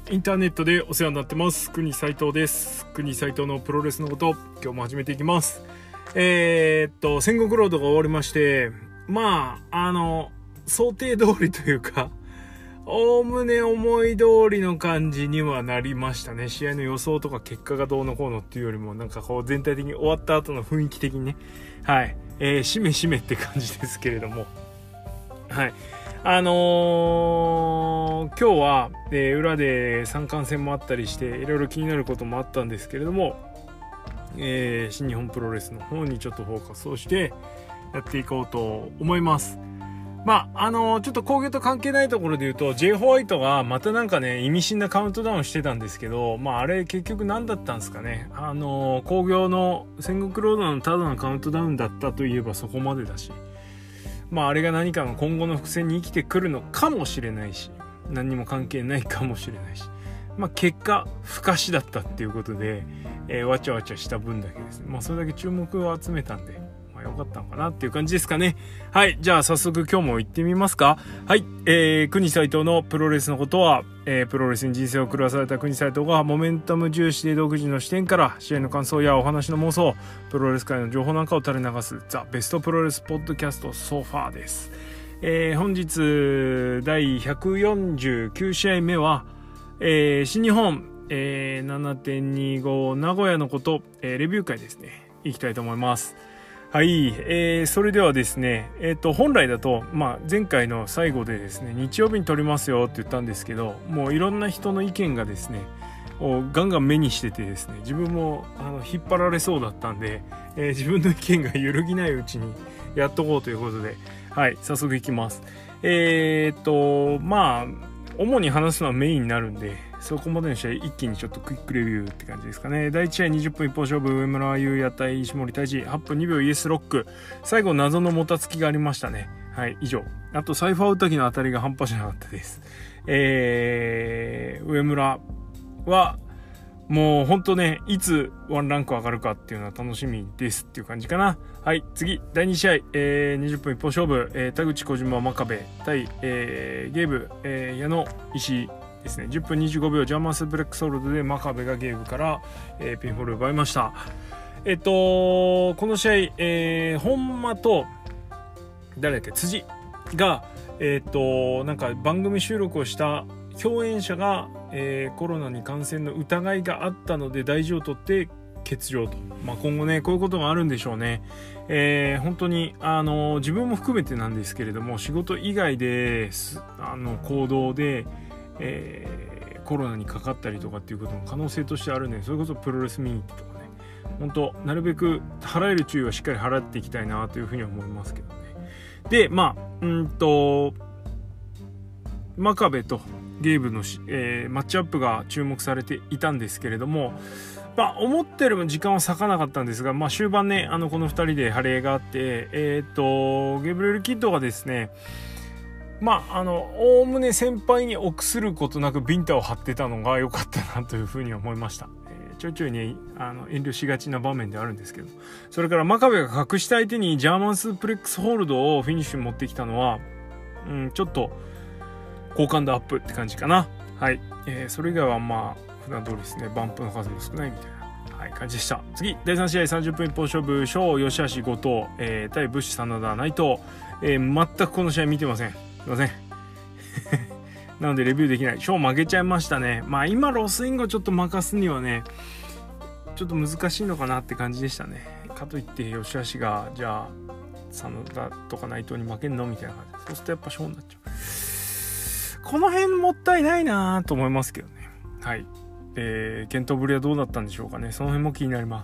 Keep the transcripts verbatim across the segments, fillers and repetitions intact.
インターネットでお世話になってます国斉藤です。国斉藤のプロレスのこと今日も始めていきます。えー、っと戦国ロードが終わりまして、まああの想定通りというかおおむね思い通りの感じにはなりましたね。試合の予想とか結果がどうのこうのっていうよりもなんかこう全体的に終わった後の雰囲気的にね、はい、えー、しめしめって感じですけれども、はいあのー、今日は、えー、裏で三冠戦もあったりしていろいろ気になることもあったんですけれども、えー、新日本プロレスの方にちょっとフォーカスをしてやっていこうと思います。まああのー、ちょっと興行と関係ないところで言うと J ホワイトがまたなんかね意味深なカウントダウンしてたんですけど、まああれ結局何だったんですかね。あのー、興行の戦国ロードのただのカウントダウンだったといえばそこまでだし、まああれが何かの今後の伏線に生きてくるのかもしれないし、何にも関係ないかもしれないし、まあ結果不可視だったっていうことで、えー、わちゃわちゃした分だけですね、まあそれだけ注目を集めたんで、まあ良かったのかなっていう感じですかね。はい、じゃあ早速今日も行ってみますか。はい、えー、国斉藤のプロレスのことは、えー、プロレスに人生を狂わされた国斉藤がモメンタム重視で独自の視点から試合の感想やお話の妄想、プロレス界の情報なんかを垂れ流すザ・ベストプロレスポッドキャストソファーです。えー、本日だいひゃくよんじゅうきゅう試合目は、えー、新日本、えー、ななてんにじゅうご 名古屋のこと、えー、レビュー会ですね、いきたいと思います。はい、えー、それではですね、えー、と本来だと、まあ、前回の最後でですね日曜日に撮りますよって言ったんですけど、もういろんな人の意見がですねガンガン目にしててですね、自分もあの引っ張られそうだったんで、えー、自分の意見が揺るぎないうちにやっとこうということで、はい早速いきます。えー、っとまあ主に話すのはメインになるんで、そこまでの試合一気にちょっとクイックレビューって感じですかね。だいいち試合にじゅっぷん一本勝負、上村優也対石森泰治、はっぷんにびょうイエスロック、最後謎のもたつきがありましたね。はい以上。あとサイファー歌木の当たりが半端じゃなかったです。えー、上村はもうほんとね、いつワンランク上がるかっていうのは楽しみですっていう感じかな。はい次だいに試合、えー、にじゅっぷん一本勝負、えー、田口小島真壁対、えー、ゲーブ、えー、矢野石井ですね。じゅっぷんにじゅうごびょうジャーマンスープレックスホールドで真壁がゲーブから、えー、ピンフォールを奪いました。えっとこの試合、えー、本間と誰だっけ辻がえっとなんか番組収録をした共演者が、えー、コロナに感染の疑いがあったので大事を取って欠場と、まあ、今後ねこういうことがあるんでしょうね。えー、本当にあの自分も含めてなんですけれども、仕事以外であの行動で、えー、コロナにかかったりとかっていうことも可能性としてあるんで、それこそプロレス見に行ってとかね、本当なるべく払える注意はしっかり払っていきたいなというふうには思いますけどね。でまあうんと真壁とゲーブの、えー、マッチアップが注目されていたんですけれども、まあ、思ったよりも時間は割かなかったんですが、まあ、終盤ねあのこのふたりで張り合いがあって、えー、っとゲブリエル・キッドがですね、まああのおおむね先輩に臆することなくビンタを張ってたのが良かったなというふうに思いました。えー、ちょいちょいねあの遠慮しがちな場面であるんですけど、それから真壁が隠した相手にジャーマンスープレックスホールドをフィニッシュに持ってきたのは、うん、ちょっと好感度アップって感じかな。はい、えー、それ以外はまあ普段通りですね、バンプの数も少ないみたいな、はい、感じでした。次だいさん試合さんじゅっぷん一本勝負、翔吉橋後藤、えー、対ブッシュ真田内藤、えー、全くこの試合見てません。すいませんなのでレビューできない。翔負けちゃいましたね。まあ今ロスインゴちょっと任すにはねちょっと難しいのかなって感じでしたね。かといって吉橋がじゃあ真田とか内藤に負けんのみたいな感じで、そうするとやっぱ翔になっちゃう。この辺もったいないなと思いますけどね。はい、えー、検討ぶりはどうだったんでしょうかね。その辺も気になります。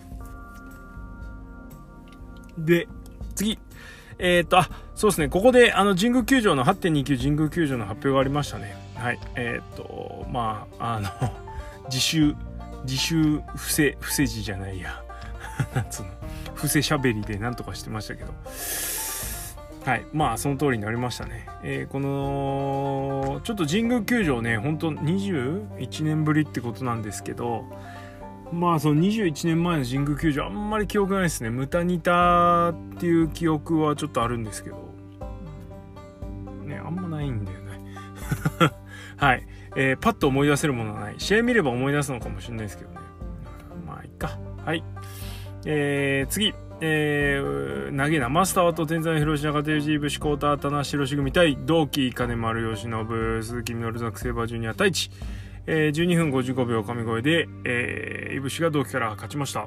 で次えー、っとあそうですね、ここであの神宮球場の はちてんにきゅう 神宮球場の発表がありましたね。はいえー、っとまああの自習自習伏せ伏せ字じゃないやなんつうの伏せしゃべりでなんとかしてましたけど、はいまあその通りになりましたね。えー、このちょっと神宮球場ね本当にじゅういちねんぶりってことなんですけど、まあそのにじゅういちねんまえの神宮球場あんまり記憶ないですね。ムタニタっていう記憶はちょっとあるんですけどね、あんまないんだよねはいえー、パッと思い出せるものはない。試合見れば思い出すのかもしれないですけどね。まあいいか。はい。えー、次。えー、投げなマスターと天山広志中手氏武士浩太棚橋宏組対同期金丸義信鈴木みのるザクセーバージュニア対一、えー、じゅうにふんごじゅうごびょう神声で、えー、いぶしが同期から勝ちました。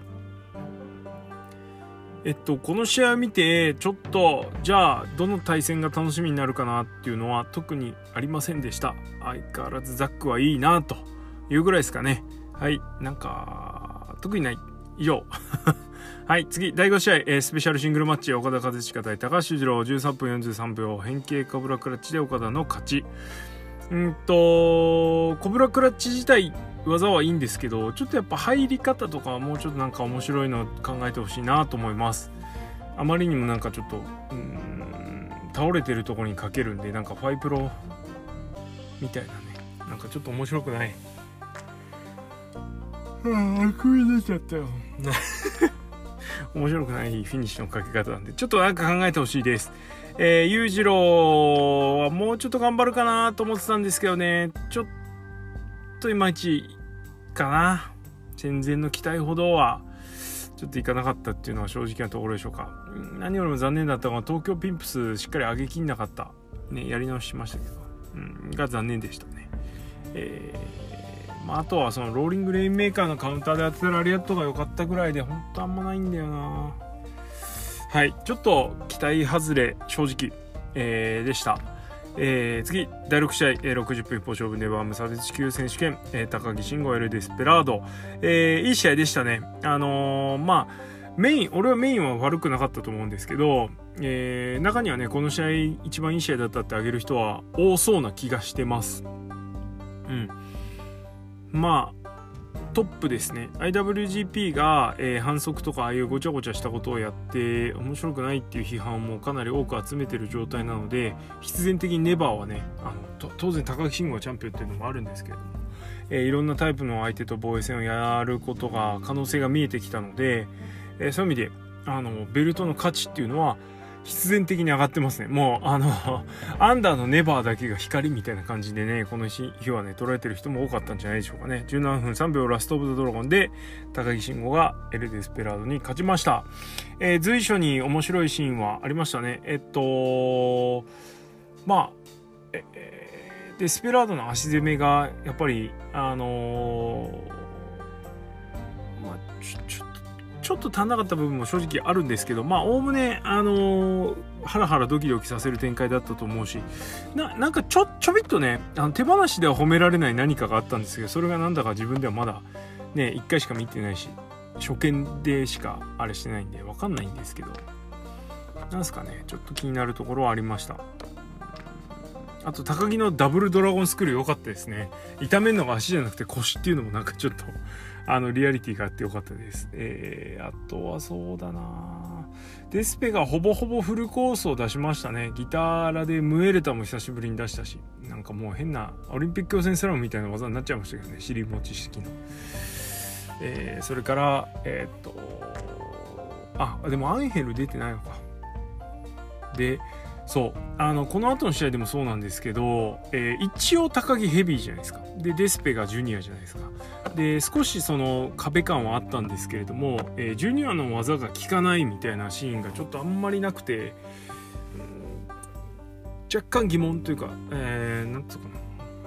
えっとこの試合を見てちょっとじゃあどの対戦が楽しみになるかなっていうのは特にありませんでした。相変わらずザックはいいなというぐらいですかね。はい、なんか特にない。以上はい、次だいご試合、えー、スペシャルシングルマッチ岡田和親対高橋裕次郎じゅうさんぷんよんじゅうさんびょう変形コブラクラッチで岡田の勝ち。うんとコブラクラッチ自体技はいいんですけど、ちょっとやっぱ入り方とかはもうちょっとなんか面白いの考えてほしいなと思います。あまりにもなんかちょっとうーん倒れてるところにかけるんで、なんかファイプロみたいなね、なんかちょっと面白くない。ああ、食い出ちゃったよ面白くないフィニッシュのかけ方なんで、ちょっとなんか考えてほしいです。えー、裕次郎はもうちょっと頑張るかなと思ってたんですけどね、ちょっといまいちかな。戦前の期待ほどはちょっといかなかったっていうのは正直なところでしょうか。何よりも残念だったのは東京ピンプスしっかり上げきんなかった、ね、やり直ししましたけど、うん、が残念でしたね。えーまあ、あとはそのローリングレインメーカーのカウンターで当てたラリアットが良かったぐらいで本当あんまないんだよな。はい、ちょっと期待外れ正直、えー、でした。えー、次だいろく試合、えー、ろくじゅっぷん一方勝負ネバー無差別級選手権、えー、高木慎吾エル・デスペラード、えー、いい試合でしたね。あのー、まあメイン俺はメインは悪くなかったと思うんですけど、えー、中にはねこの試合一番いい試合だったってあげる人は多そうな気がしてます。うん、まあトップですね。 アイダブリュージーピー が、えー、反則とかああいうごちゃごちゃしたことをやって面白くないっていう批判もかなり多く集めてる状態なので、必然的にネバーはね、あの当然高木慎吾がチャンピオンっていうのもあるんですけれども、えー、いろんなタイプの相手と防衛戦をやることが可能性が見えてきたので、えー、そういう意味であのベルトの価値っていうのは必然的に上がってますね。もうあのアンダーのネバーだけが光みたいな感じでね、この日はね捉えてる人も多かったんじゃないでしょうかね。じゅうななふんさんびょうラストオブザドラゴンで高木慎吾がエル・デスペラードに勝ちました。えー、随所に面白いシーンはありましたね。えっとまあええデスペラードの足攻めがやっぱりあのー、まあちょちょっとちょっと足んなかった部分も正直あるんですけど、まあおおむねあのー、ハラハラドキドキさせる展開だったと思うし、ななんかちょちょびっとね、あの手放しでは褒められない何かがあったんですけど、それがなんだか自分ではまだねいっかいしか見てないし、初見でしかあれしてないんで分かんないんですけど、なんすかね、ちょっと気になるところはありました。あと高木のダブルドラゴンスクール良かったですね。痛めるのが足じゃなくて腰っていうのもなんかちょっとあのリアリティがあって良かったです。えー、あとはそうだな、デスペがほぼほぼフルコースを出しましたね。ギターラでムエレタも久しぶりに出したし、なんかもう変なオリンピック予選スラムみたいな技になっちゃいましたけどね、尻餅式の。えー、それからえー、っとあでもアンヘル出てないのか。でそうあのこの後の試合でもそうなんですけど、えー、一応高木ヘビーじゃないですか。でデスペがジュニアじゃないですか。で少しその壁感はあったんですけれども、えー、ジュニアの技が効かないみたいなシーンがちょっとあんまりなくて、うん、若干疑問というか、えー、なんつうか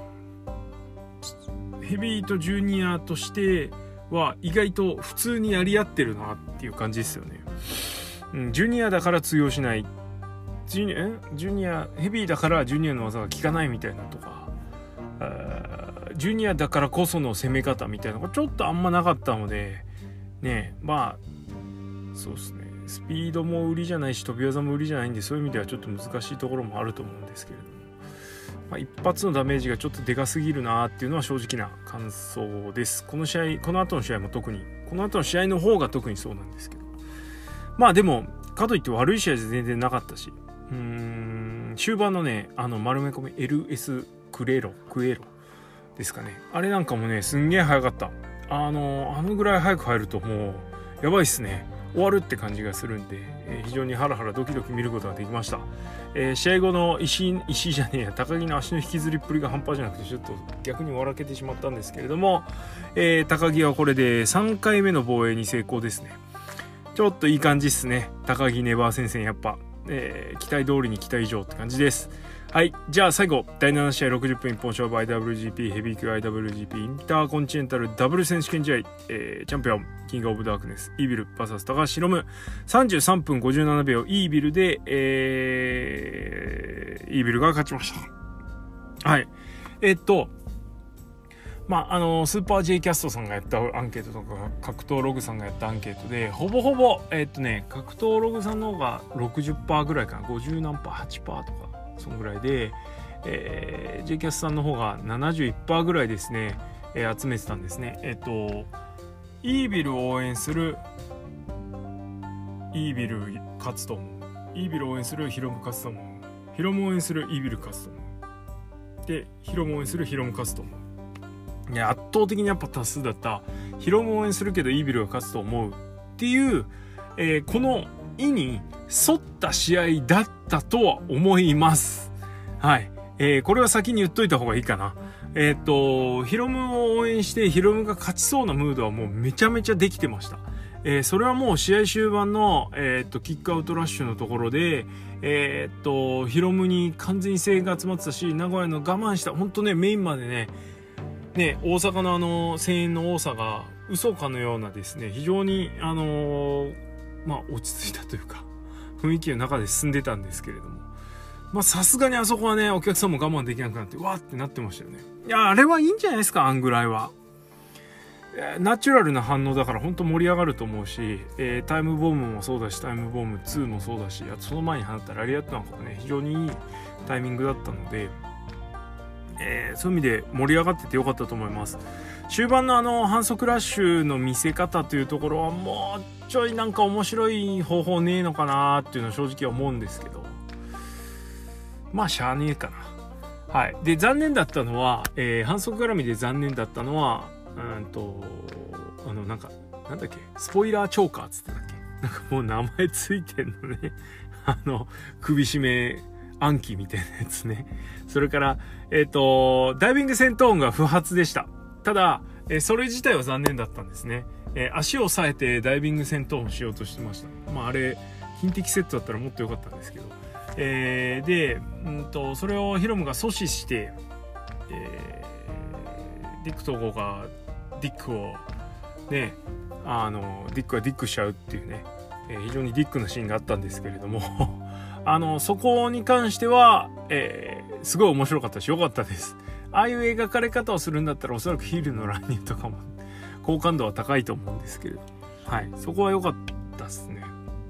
な、ヘビーとジュニアとしては意外と普通にやり合ってるなっていう感じですよね。うん、ジュニアだから通用しない、ジュニア、ジュニアヘビーだからジュニアの技が効かないみたいなとか、ジュニアだからこその攻め方みたいなのがちょっとあんまなかったのでね、まあそうですね、スピードも売りじゃないし飛び技も売りじゃないんで、そういう意味ではちょっと難しいところもあると思うんですけれども、まあ、一発のダメージがちょっとでかすぎるなっていうのは正直な感想です。この試合、この後の試合も特に、この後の試合の方が特にそうなんですけど、まあでもかといって悪い試合じゃ全然なかったし、うーん終盤のねあの丸め込み エルエス クレロクエロですかね、あれなんかもねすんげえ早かった。あのあのぐらい早く入るともうやばいっすね。 終わるって感じがするんで、えー、非常にハラハラドキドキ見ることができました。えー、試合後の石井、石井じゃねえや高木の足の引きずりっぷりが半端じゃなくてちょっと逆に笑けてしまったんですけれども、えー、高木はこれでさんかいめの防衛に成功ですね。ちょっといい感じっすね。高木ネバー戦線やっぱ、えー、期待通りに期待以上って感じです。はい、じゃあ最後だいなな試合ろくじゅっぷん一本勝負 アイダブリュージーピー ヘビー級 アイダブリュージーピー インターコンチネンタルダブル選手権試合、えー、チャンピオンキングオブダークネスイービル ブイエス 高橋宏夢さんじゅうさんぷんごじゅうななびょうイービルで、えー、イービルが勝ちました。はい、えー、っとまああのスーパー J キャストさんがやったアンケートとか格闘ログさんがやったアンケートでほぼほぼえー、っとね格闘ログさんの方が ろくじゅっパーセント ぐらいかなごじゅうなんパー はちパーセント とかそのぐらいで、えー、J キャスさんの方が ななじゅういちパーセント ぐらいですね、えー、集めてたんですね。えっとイービルを応援するイービル勝つと思う、イービルを応援するヒロム勝つと思う、ヒロムを応援するイービル勝つと思うでヒロムを応援するヒロム勝つと思う。いや圧倒的にやっぱ多数だったヒロムを応援するけどイービルが勝つと思うっていう、えー、この意に沿った試合だったとは思います。はい、えー、これは先に言っといた方がいいかな。えっとヒロムを応援してヒロムが勝ちそうなムードはもうめちゃめちゃできてました。えー、それはもう試合終盤の、えー、っとキックアウトラッシュのところで、えー、っとヒロムに完全に声援が集まってたし、名古屋の我慢した本当ねメインまでねね大阪のあの声援の多さが嘘かのようなですね、非常にあのー、まあ落ち着いたというか雰囲気の中で進んでたんですけれども、まあさすがにあそこはねお客さんも我慢できなくなってわーってなってましたよね。いやあれはいいんじゃないですか、あんぐらいはナチュラルな反応だから本当盛り上がると思うし、えー、タイムボムもそうだしタイムボムツーもそうだし、あとその前に放ったラリアットなんかもね非常にいいタイミングだったので、えー、そういう意味で盛り上がっててよかったと思います。終盤のあの反則ラッシュの見せ方というところはもうちょいなんか面白い方法ねえのかなっていうのは正直思うんですけど、まあしゃあねえかな。はい。で残念だったのは、えー、反則絡みで残念だったのはうんとあのなんかなんだっけスポイラーチョーカーっつってたっけ、なんかもう名前ついてんのねあの首絞め暗記みたいなやつね。それからえっとダイビング戦闘音が不発でした。ただ、えー、それ自体は残念だったんですね。えー、足を押さえてダイビング戦闘音しようとしてました。まああれ金的セットだったらもっと良かったんですけど、えー、でうんとそれをヒロムが阻止して、えー、ディック統合がディックをねあのディックがディックしちゃうっていうね、えー、非常にディックなシーンがあったんですけれどもあのそこに関しては、えー、すごい面白かったし良かったです。ああいう描かれ方をするんだったらおそらくヒールの乱入とかも好感度は高いと思うんですけれど、はい、そこは良かったですね。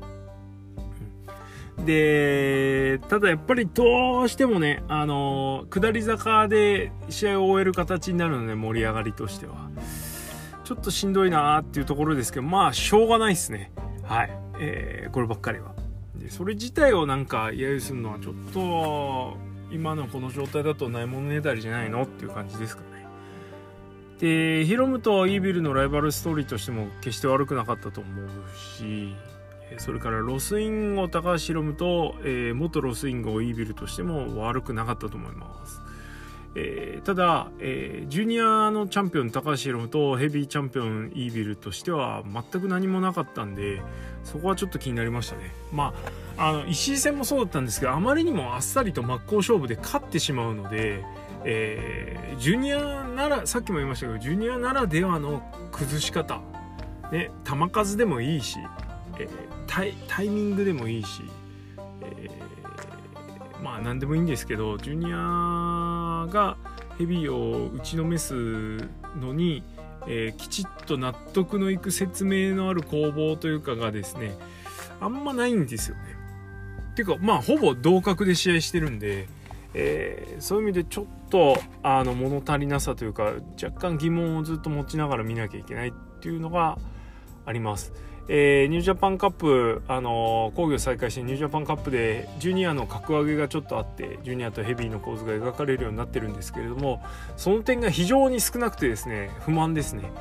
でただやっぱりどうしてもねあの下り坂で試合を終える形になるので盛り上がりとしてはちょっとしんどいなーっていうところですけど、まあしょうがないですね。はい、えー、こればっかりはでそれ自体をなんか揶揄するのはちょっと今のこの状態だとないものねだりじゃないのっていう感じですかね。でヒロムとイービルのライバルストーリーとしても決して悪くなかったと思うし、それからロスインゴ高橋ヒロムと、えー、元ロスインゴイービルとしても悪くなかったと思います。えー、ただ、えー、ジュニアのチャンピオン高橋ヒロムとヘビーチャンピオンイービルとしては全く何もなかったんで、そこはちょっと気になりましたね。まああの石井戦もそうだったんですけど、あまりにもあっさりと真っ向勝負で勝ってしまうので、えー、ジュニアならさっきも言いましたけどジュニアならではの崩し方、ね、球数でもいいし、えー、タイ、タイミングでもいいし、えー、まあ何でもいいんですけど、ジュニアがヘビーを打ちのめすのに、えー、きちっと納得のいく説明のある攻防というかがですねあんまないんですよね。ていうかまあほぼ同格で試合してるんで、えー、そういう意味でちょっとあの物足りなさというか若干疑問をずっと持ちながら見なきゃいけないっていうのがあります。えー、ニュージャパンカップ、あのー、工業再開してニュージャパンカップでジュニアの格上げがちょっとあってジュニアとヘビーの構図が描かれるようになってるんですけれども、その点が非常に少なくてですね不満ですね。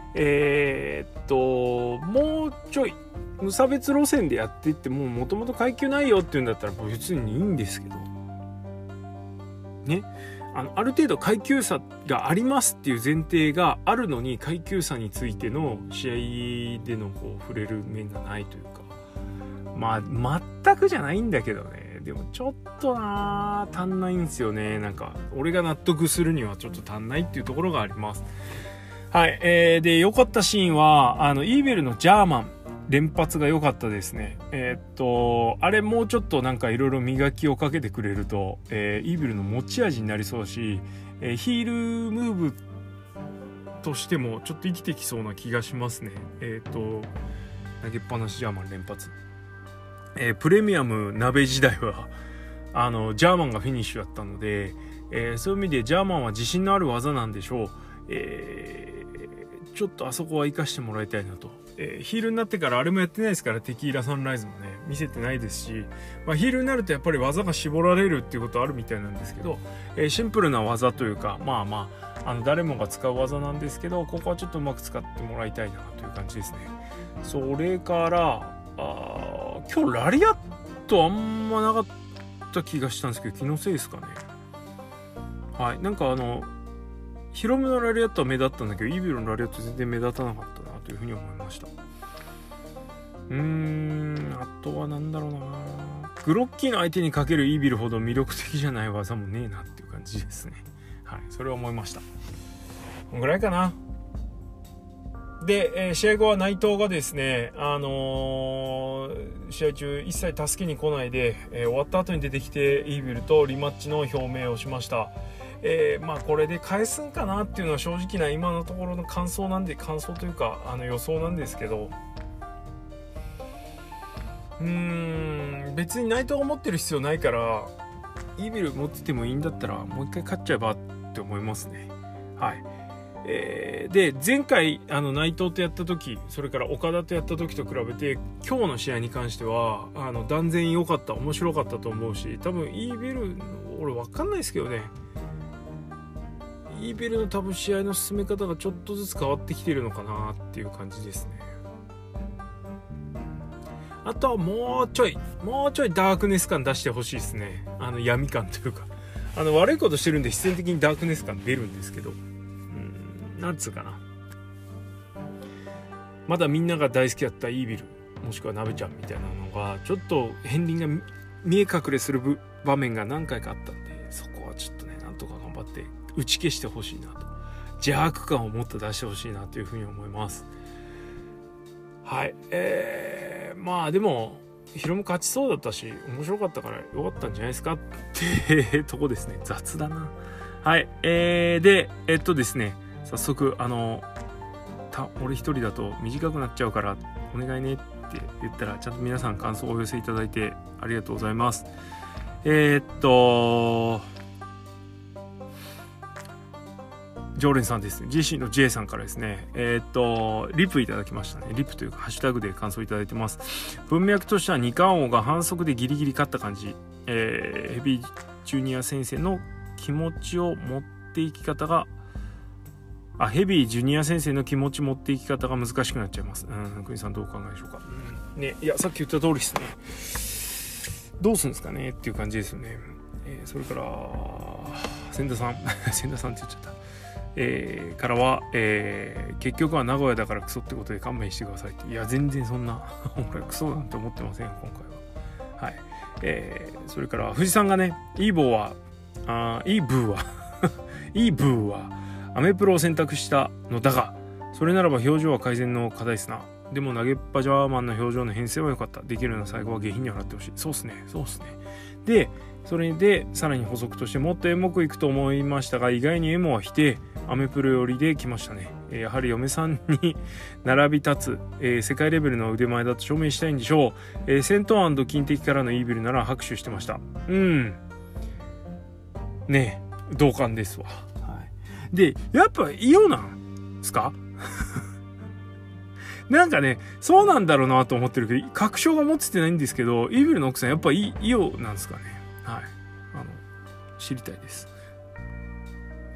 えー、っともうちょい無差別路線でやっていってももともと階級ないよっていうんだったら別にいいんですけどね、あのある程度階級差がありますっていう前提があるのに階級差についての試合でのこう触れる面がないというか、まあ全くじゃないんだけどね、でもちょっとな足んないんですよね。なんか俺が納得するにはちょっと足んないっていうところがあります。はい、えー、で良かったシーンはあのイーベルのジャーマン連発が良かったですね。えー、っとあれもうちょっとなんかいろいろ磨きをかけてくれると、えー、イーベルの持ち味になりそうだし、えー、ヒールムーブとしてもちょっと生きてきそうな気がしますね。えー、っと投げっぱなしジャーマン連発、えー、プレミアム鍋時代はあのジャーマンがフィニッシュだったので、えー、そういう意味でジャーマンは自信のある技なんでしょう。えー、ちょっとあそこは生かしてもらいたいなと、えー、ヒールになってからあれもやってないですから、テキーラサンライズもね見せてないですし、まあ、ヒールになるとやっぱり技が絞られるっていうことあるみたいなんですけど、えー、シンプルな技というかまあまああの誰もが使う技なんですけど、ここはちょっとうまく使ってもらいたいなという感じですね。それからあ今日ラリアットあんまなかった気がしたんですけど、気のせいですかね。はい、なんかあのヒロムのラリアットは目立ったんだけどイービルのラリアット全然目立たなかったなというふうに思いました。うーんあとはなんだろうな、グロッキーの相手にかけるイービルほど魅力的じゃない技もねえなっていう感じですね。はい、それは思いました。こんぐらいかな。で、えー、試合後は内藤がですね、あのー、試合中一切助けに来ないで、えー、終わった後に出てきてイービルとリマッチの表明をしました。えー、まあこれで返すんかなっていうのは正直な今のところの感想なんで、感想というかあの予想なんですけど、うーん別に内藤が持ってる必要ないからイービル持っててもいいんだったらもう一回勝っちゃえばって思いますね。はい、えー、で前回あの内藤とやった時、それから岡田とやった時と比べて今日の試合に関してはあの断然良かった、面白かったと思うし、多分イービル俺分かんないですけどね、イーベルの多分試合の進め方がちょっとずつ変わってきてるのかなっていう感じですね。あとはもうちょいもうちょいダークネス感出してほしいですね。あの闇感というか、あの悪いことしてるんで必然的にダークネス感出るんですけど、うーんなんつうかな、まだみんなが大好きだったイービルもしくはナベちゃんみたいなのがちょっと片鱗が見え隠れする場面が何回かあったんで、そこはちょっとねなんとか頑張って打ち消してほしいなと、邪悪感をもっと出してほしいなというふうに思います。はい、えー、まあでもヒロム勝ちそうだったし面白かったからよかったんじゃないですかってとこですね。雑だな。はい、えー、でえっとですね早速あのた俺一人だと短くなっちゃうからお願いねって言ったらちゃんと皆さん感想をお寄せいただいてありがとうございます。えー、っと常連さんですね、 ジーシー の J さんからですね、えー、っとリプいただきましたね。リプというかハッシュタグで感想いただいてます。文脈としては二冠王が反則でギリギリ勝った感じ、えー、ヘビージュニア先生の気持ちを持っていき方があヘビージュニア先生の気持ち持っていき方が難しくなっちゃいます。うん、国さんどうお考えでしょうか。うん、ね、いやさっき言った通りですね。どうするんですかねっていう感じですよね。えー、それから千田さん千田さんって言っちゃった。えー、からは、えー、結局は名古屋だからクソってことで勘弁してくださいって。いや全然そんな俺クソなんて思ってません今回は。はい、えー、それから藤さんがね、イーボーはあーイーブーはイーブーはアメプロを選択したのだが、それならば表情は改善の課題ですな。でも投げっぱジャーマンの表情の編成は良かった。できるような最後は下品に払ってほしい。そうっすねそうっすね。でそれでさらに補足としてもっとエモくいくと思いましたが、意外にエモは否定、アメプロ寄りで来ましたね。えー、やはり嫁さんに並び立つ、えー、世界レベルの腕前だと証明したいんでしょう。えー、戦闘&金敵からのイービルなら拍手してました。うんねえ同感ですわ。はい、でやっぱイオなんすかなんかねそうなんだろうなと思ってるけど確証が持っててないんですけど、イービルの奥さんやっぱイオなんですかね。はい、あの知りたいです。はい、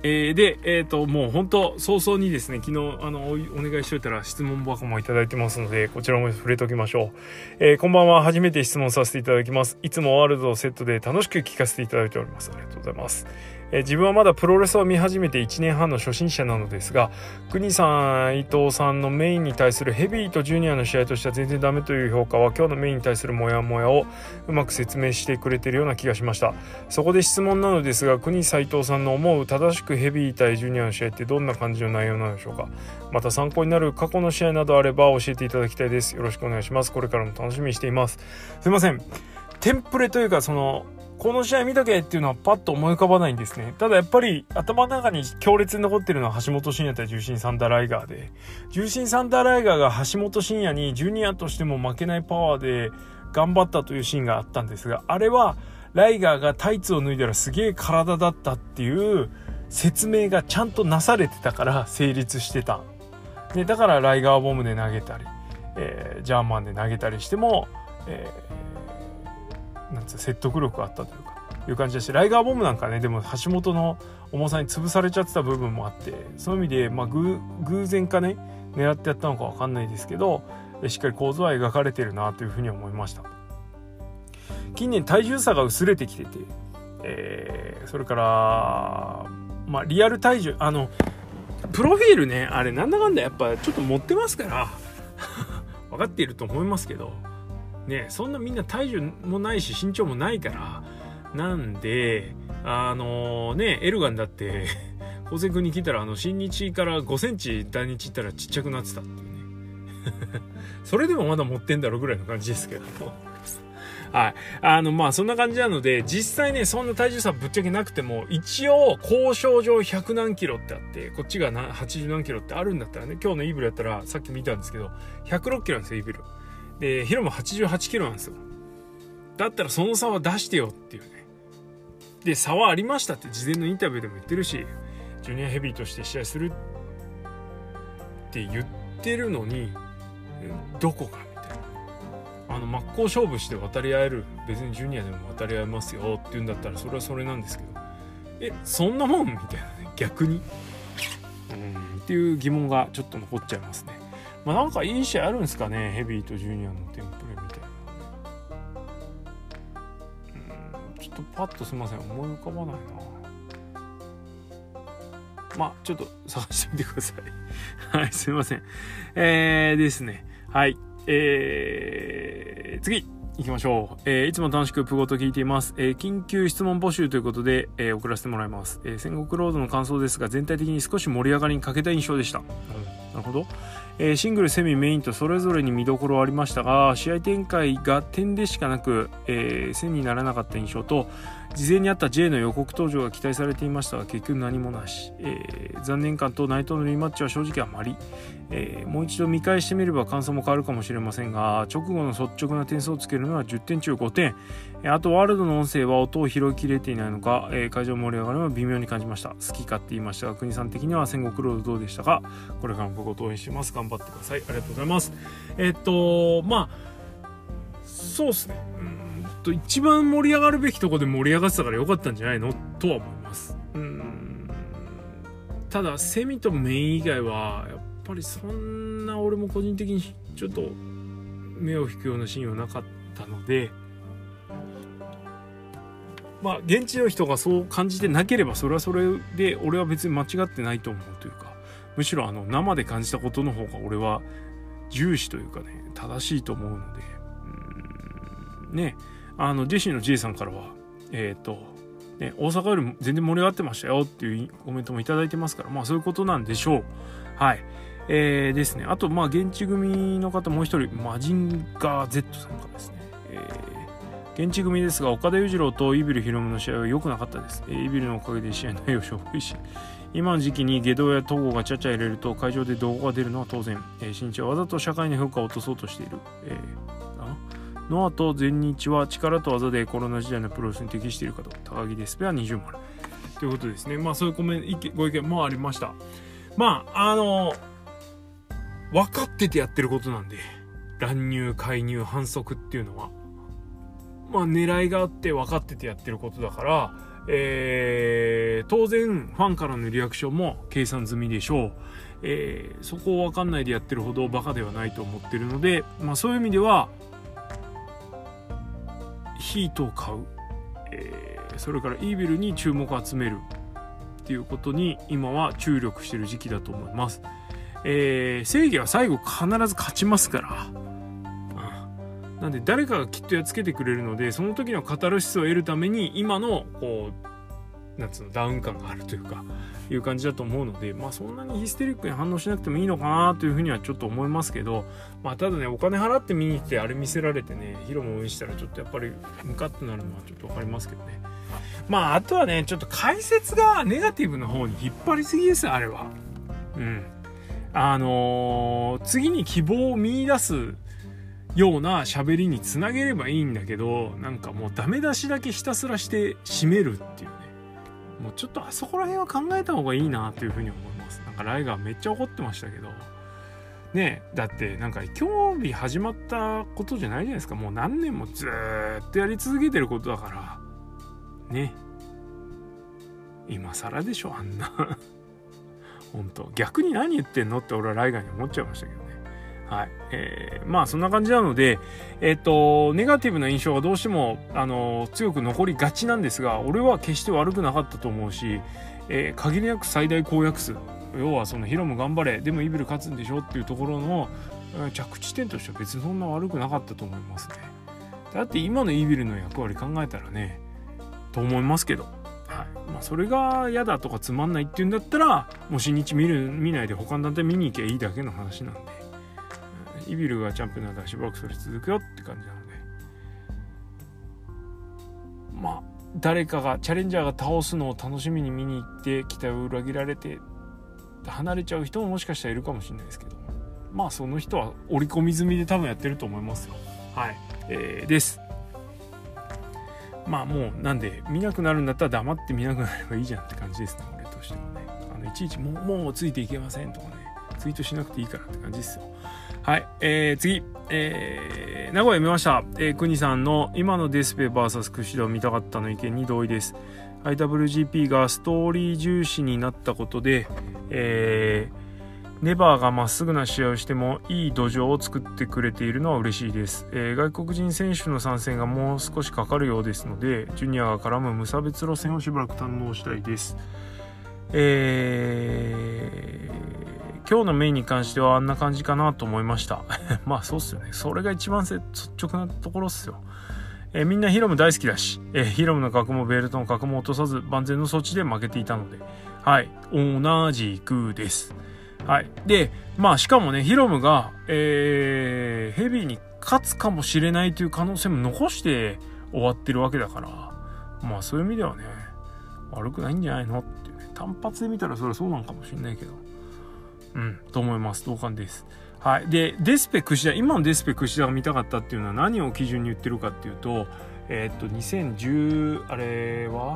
えー、で、えっ、ー、と、もう本当早々にですね、昨日、あの、お、お願いしといたら質問箱もいただいてますので、こちらも触れておきましょう。えー、こんばんは。初めて質問させていただきます。いつもワールドをセットで楽しく聞かせていただいております。ありがとうございます。えー、自分はまだプロレスを見始めていちねんはんの初心者なのですが、国さん、伊藤さんのメインに対するヘビーとジュニアの試合としては全然ダメという評価は、今日のメインに対するモヤモヤをうまく説明してくれているような気がしました。そこで質問なのですが、国斉藤さんの思う正しくヘビー対ジュニアの試合ってどんな感じの内容なのでしょうか。また参考になる過去の試合などあれば教えていただきたいです。よろしくお願いします。これからも楽しみにしています。すいません。テンプレというか、そのこの試合見とけっていうのはパッと思い浮かばないんですね。ただやっぱり頭の中に強烈に残ってるのは橋本真也対重心サンダーライガーで、重心サンダーライガーが橋本真也にジュニアとしても負けないパワーで頑張ったというシーンがあったんですが、あれはライガーがタイツを脱いだらすげえ体だったっていう説明がちゃんとなされてたから成立してた。で、だからライガーボムで投げたり、えー、ジャーマンで投げたりしても、えー、なんつう説得力があったというかいう感じだし、ライガーボムなんかね、でも橋本の重さに潰されちゃってた部分もあって、そういう意味で、まあ、偶然かね狙ってやったのか分かんないですけど、しっかり構図は描かれてるなというふうに思いました。近年体重差が薄れてきてて、えー、それからまあリアル体重、あのプロフィールね、あれなんだかんだやっぱちょっと持ってますから分かっていると思いますけどね、そんなみんな体重もないし身長もないから、なんであのね、エルガンだって高専君に聞いたら、あの新日からごセンチ大日行ったらちっちゃくなってたっていうねそれでもまだ持ってんだろぐらいの感じですけどはい。あの、まあ、そんな感じなので、実際ね、そんな体重差ぶっちゃけなくても、一応、交渉上ひゃく何キロってあって、こっちがはちじゅう何キロってあるんだったらね、今日のイーブルやったら、さっき見たんですけど、ひゃくろっキロなんですよ、イーブル。で、ヒロもはちじゅうはちキロなんですよ。だったらその差は出してよっていうね。で、差はありましたって事前のインタビューでも言ってるし、ジュニアヘビーとして試合するって言ってるのに、どこかみたいな、あの真っ向勝負して渡り合える、別にジュニアでも渡り合えますよって言うんだったらそれはそれなんですけど、えそんなもんみたいなね、逆にうんっていう疑問がちょっと残っちゃいますね。まあなんかいい試合あるんですかね、ヘビーとジュニアのテンプレみたいな。うんちょっとパッとすいません、思い浮かばないな。まあちょっと探してみてくださいはい、すいません。えーですね、はい、えー、次行きましょう。えー、いつも楽しくプゴと聞いています。えー、緊急質問募集ということで、えー、送らせてもらいます。えー、戦国ロードの感想ですが、全体的に少し盛り上がりに欠けた印象でした。うん、なるほど。えー、シングル、セミ、メインとそれぞれに見どころはありましたが、試合展開が点でしかなく、えー、線にならなかった印象と、事前にあった J の予告登場が期待されていましたが結局何もなし、えー、残念感と内藤のリマッチは正直あまり、えー、もう一度見返してみれば感想も変わるかもしれませんが、直後の率直な点数をつけるのはじゅってん中ごてん、えー、あとワールドの音声は音を拾いきれていないのか、えー、会場盛り上がりは微妙に感じました。好きかって言いましたが、国さん的には戦国ロードどうでしたか。これからも僕を応援してます。頑張ってください。ありがとうございます。えー、っとまあそうですね、うんと一番盛り上がるべきところで盛り上がってたから良かったんじゃないのとは思います。うーんただセミとメイン以外はやっぱりそんな俺も個人的にちょっと目を引くようなシーンはなかったので、まあ現地の人がそう感じてなければそれはそれで俺は別に間違ってないと思うというか、むしろあの生で感じたことの方が俺は重視というかね、正しいと思うので、うーんね、あのジェシーの J さんからはえっとね、大阪よりも全然盛り上がってましたよっていうコメントもいただいてますから、まあそういうことなんでしょう。はい、えー、ですね。あとまあ現地組の方もう一人、マジンガー Z さんからですね、えー、現地組ですが岡田裕次郎とイビルヒロムの試合は良くなかったです。えー、イビルのおかげで試合内容しょぼいし、今の時期に下道や東郷がちゃちゃ入れると会場で動画が出るのは当然、えー、新日はわざと社会の評価を落とそうとしている、えーノアと全日は力と技でコロナ時代のプロレスに適しているかと。高木デスペは二重丸ということですね。まあそういうコメントご意見もありました。まああの分かっててやってることなんで、乱入介入反則っていうのはまあ狙いがあって分かっててやってることだから、 えー、当然ファンからのリアクションも計算済みでしょう。えー、そこを分かんないでやってるほどバカではないと思ってるので、まあ、そういう意味ではヒートを買う、えー、それからイービルに注目を集めるっていうことに今は注力してる時期だと思います。えー、正義は最後必ず勝ちますから、うん、なんで誰かがきっとやっつけてくれるので、その時のカタルシスを得るために今のこうなんつうのダウン感があるというかいう感じだと思うので、まあそんなにヒステリックに反応しなくてもいいのかなというふうにはちょっと思いますけど、まあただね、お金払って見に行ってあれ見せられてね、ヒロも応援したらちょっとやっぱりムカッとなるのはちょっとわかりますけどね。まああとはね、ちょっと解説がネガティブな方に引っ張りすぎです、あれは。うんあのー、次に希望を見出すような喋りにつなげればいいんだけど、なんかもうダメ出しだけひたすらして締めるっていうね、もうちょっとあそこら辺は考えた方がいいなというふうに思います。なんかライガーめっちゃ怒ってましたけどね、だってなんか今日始まったことじゃないじゃないですか。もう何年もずーっとやり続けてることだからね、今更でしょあんな本当逆に何言ってんのって俺はライガーに思っちゃいましたけどね。はい、えー、まあそんな感じなので、えっとネガティブな印象がどうしてもあの強く残りがちなんですが、俺は決して悪くなかったと思うし、えー、限りなく最大公約数、要はそのヒロム頑張れでもイービル勝つんでしょっていうところの着地点としては別にそんな悪くなかったと思いますね。だって今のイービルの役割考えたらねと思いますけど、はいまあ、それが嫌だとかつまんないっていうんだったらもう新日見る見ないで他の団体見に行きゃいいだけの話なんで、イビルがチャンピオンなんだからしばらくそれ続くよって感じなので、まあ誰かがチャレンジャーが倒すのを楽しみに見に行って期待を裏切られて離れちゃう人ももしかしたらいるかもしれないですけど、まあその人は織り込み済みで多分やってると思いますよ。はい、えー、ですまあもうなんで見なくなるんだったら黙って見なくなればいいじゃんって感じですね、俺としてはね。あのいちいちもうもうついていけませんとかねツイートしなくていいからって感じですよ。はい、えー、次、えー、名古屋見ました。えー、国さんの今のデスペ ブイエス 櫛田を見たかったの意見に同意です。 アイダブリュージーピー がストーリー重視になったことで、えー、ネバーがまっすぐな試合をしてもいい土壌を作ってくれているのは嬉しいです。えー、外国人選手の参戦がもう少しかかるようですので、ジュニアが絡む無差別路線をしばらく堪能したいです。えー、今日のメインに関してはあんな感じかなと思いましたまあそうっすよね、それが一番率直なところっすよ。えー、みんなヒロム大好きだし、えー、ヒロムの格もベルトの格も落とさず万全の措置で負けていたので、はい同じくです。はい、でまあしかもねヒロムが、えー、ヘビーに勝つかもしれないという可能性も残して終わってるわけだから、まあそういう意味ではね悪くないんじゃないのっていうね、単発で見たらそれはそうなんかもしれないけど、うんと思います。同感です。はい、でデスペ櫛田、今のデスペ櫛田が見たかったっていうのは何を基準に言ってるかっていうと、えー、っとにせんじゅうあれは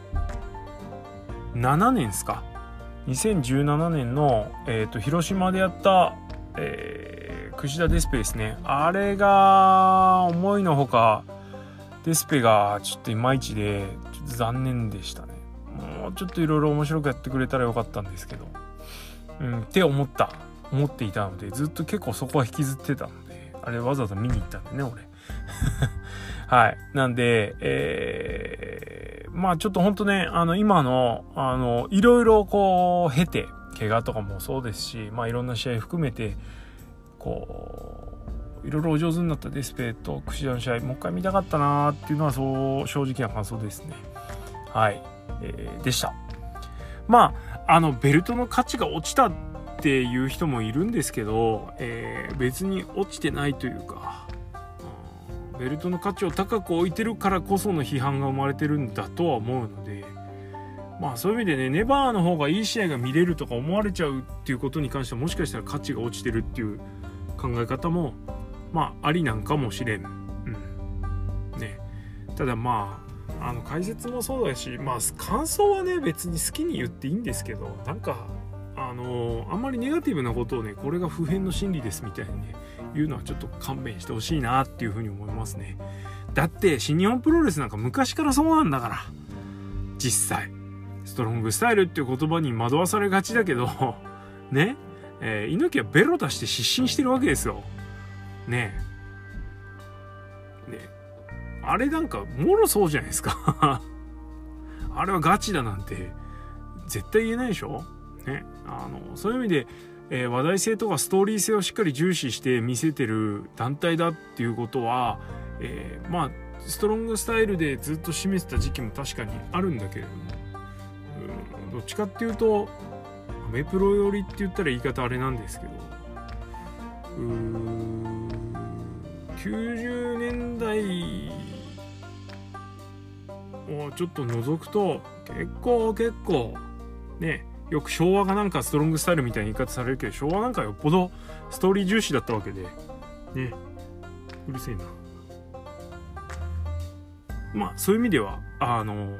ななねんですか、にせんじゅうななねんの、えー、と広島でやった、えー、櫛田デスペですね。あれが思いのほかデスペがちょっといまいちでちょっと残念でしたね。もうちょっといろいろ面白くやってくれたらよかったんですけど、うんって思った思っていたのでずっと結構そこは引きずってたので、あれわざわざ見に行ったんでね俺はいなんでえー、まあちょっとほんとねあの今のあのいろいろこう経て怪我とかもそうですし、まあいろんな試合含めてこういろいろお上手になったデスペと櫛田の試合もう一回見たかったなーっていうのはそう正直な感想ですね。はい、えー、でした。まああのベルトの価値が落ちたっていう人もいるんですけど、えー、別に落ちてないというか、うん、ベルトの価値を高く置いてるからこその批判が生まれてるんだとは思うので、まあそういう意味でねネバーの方がいい試合が見れるとか思われちゃうっていうことに関してはもしかしたら価値が落ちてるっていう考え方もまあありなんかもしれん、うんね、ただまああの解説もそうだし、まあ感想はね別に好きに言っていいんですけど、なんかあのあんまりネガティブなことをねこれが普遍の真理ですみたいにね言うのはちょっと勘弁してほしいなっていうふうに思いますね。だって新日本プロレスなんか昔からそうなんだから実際。ストロングスタイルっていう言葉に惑わされがちだけど、ね、えー、猪木はベロ出して失神してるわけですよ。ねえ。ねえ。あれなんか、もろそうじゃないですか。あれはガチだなんて、絶対言えないでしょね。あの、そういう意味で、えー、話題性とかストーリー性をしっかり重視して見せてる団体だっていうことは、えー、まあストロングスタイルでずっと示せた時期も確かにあるんだけれども、うん、どっちかっていうとアメプロ寄りって言ったら言い方あれなんですけど、うーきゅうじゅうねんだいをちょっと除くと結構結構ね、よく昭和がなんかストロングスタイルみたいな言い方されるけど、昭和なんかよっぽどストーリー重視だったわけでね、うるせえな。まあそういう意味ではあの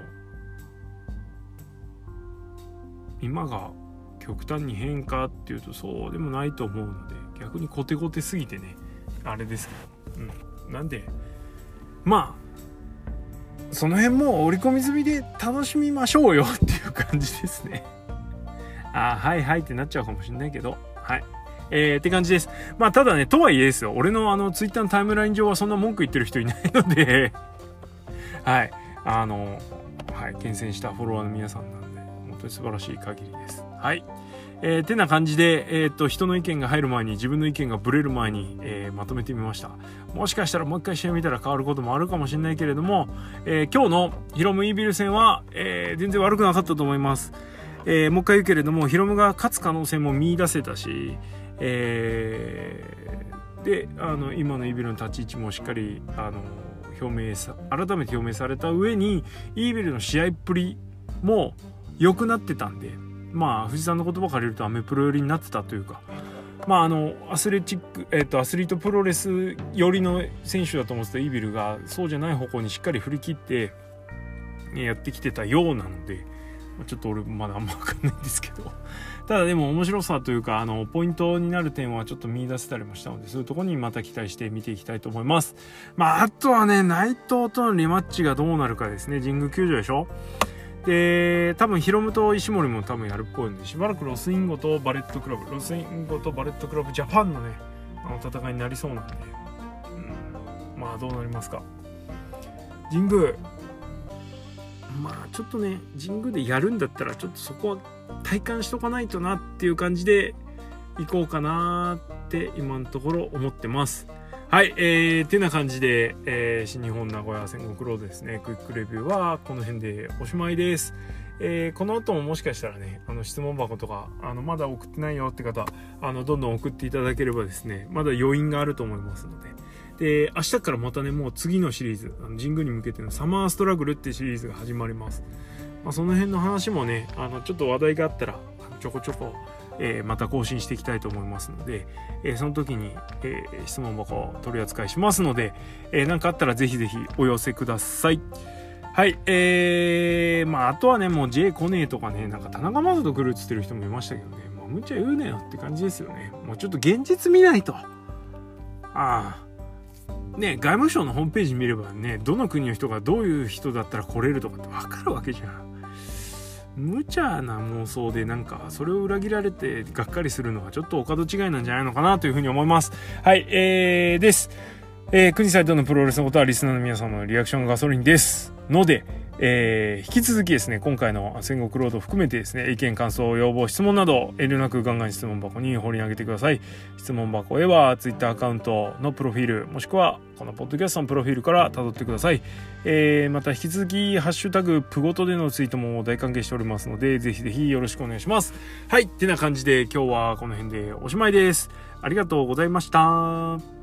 今が極端に変化っていうとそうでもないと思うので、逆にコテコテすぎてねあれですけど、うん、なんでまあその辺も織り込み済みで楽しみましょうよっていう感じですね。あはいはいってなっちゃうかもしれないけど、はい。えー、って感じです。まあただね、とはいえですよ、俺のあのツイッターのタイムライン上はそんな文句言ってる人いないので、はい。あの、はい。厳選したフォロワーの皆さんなんで、本当に素晴らしい限りです。はい。えー、てな感じで、えー、っと、人の意見が入る前に、自分の意見がブレる前に、えー、まとめてみました。もしかしたらもう一回試合見たら変わることもあるかもしれないけれども、えー、今日のヒロムイービル戦は、えー、全然悪くなかったと思います。えー、もう一回言うけれども、ヒロムが勝つ可能性も見出せたし、えー、で、あの、今のイービルの立ち位置もしっかり、あの、表明さ、改めて表明された上に、イービルの試合っぷりも良くなってたんで、まあ、藤さんの言葉を借りるとアメプロ寄りになってたというか、まあ、あの、アスレチック、えっと、アスリートプロレス寄りの選手だと思ってたイービルが、そうじゃない方向にしっかり振り切って、やってきてたようなので、ちょっと俺まだあんま分かんないんですけど、ただでも面白さというか、あのポイントになる点はちょっと見出せたりもしたので、そういうところにまた期待して見ていきたいと思います。まああとはね、内藤とのリマッチがどうなるかですね。神宮球場でしょ。で多分ヒロムと石森も多分やるっぽいんで、しばらくロスインゴとバレットクラブロスインゴとバレットクラブジャパンのね、あの戦いになりそうなんで、うん、まあどうなりますか。神宮、まあちょっとね、神宮でやるんだったらちょっとそこは体感しとかないとなっていう感じでいこうかなって今のところ思ってます。はい、えー、てな感じで、えー、新日本名古屋戦国ロードですね、クイックレビューはこの辺でおしまいです。えー、この後ももしかしたらね、あの質問箱とかあのまだ送ってないよって方、あのどんどん送っていただければですね、まだ余韻があると思いますので。で、明日からまたね、もう次のシリーズ、神宮に向けてのサマーストラグルっていうシリーズが始まります。まあ、その辺の話もね、あのちょっと話題があったらちょこちょこ、えー、また更新していきたいと思いますので、えー、その時に、えー、質問箱を取り扱いしますので、えー、なんかあったらぜひぜひお寄せください。はい、えー、まああとはね、もう J 来ねえとかね、なんか田中将人来るっつってる人もいましたけどね、もう無茶言うねよって感じですよね。もうちょっと現実見ないと。ああ。ね、外務省のホームページ見ればね、どの国の人がどういう人だったら来れるとかって分かるわけじゃん。無茶な妄想でなんかそれを裏切られてがっかりするのはちょっとお門違いなんじゃないのかなというふうに思います。はい、えー、です。えー、国サイトのプロレスのことはリスナーの皆様のリアクションガソリンですので、えー、引き続きですね、今回の戦国ロードを含めてですね、意見感想要望質問など遠慮なくガンガン質問箱に放り上げてください。質問箱へは Twitter アカウントのプロフィール、もしくはこのポッドキャストのプロフィールから辿ってください。えー、また引き続きハッシュタグプゴトでのツイートも大歓迎しておりますので、ぜひぜひよろしくお願いします。はい、ってな感じで今日はこの辺でおしまいです。ありがとうございました。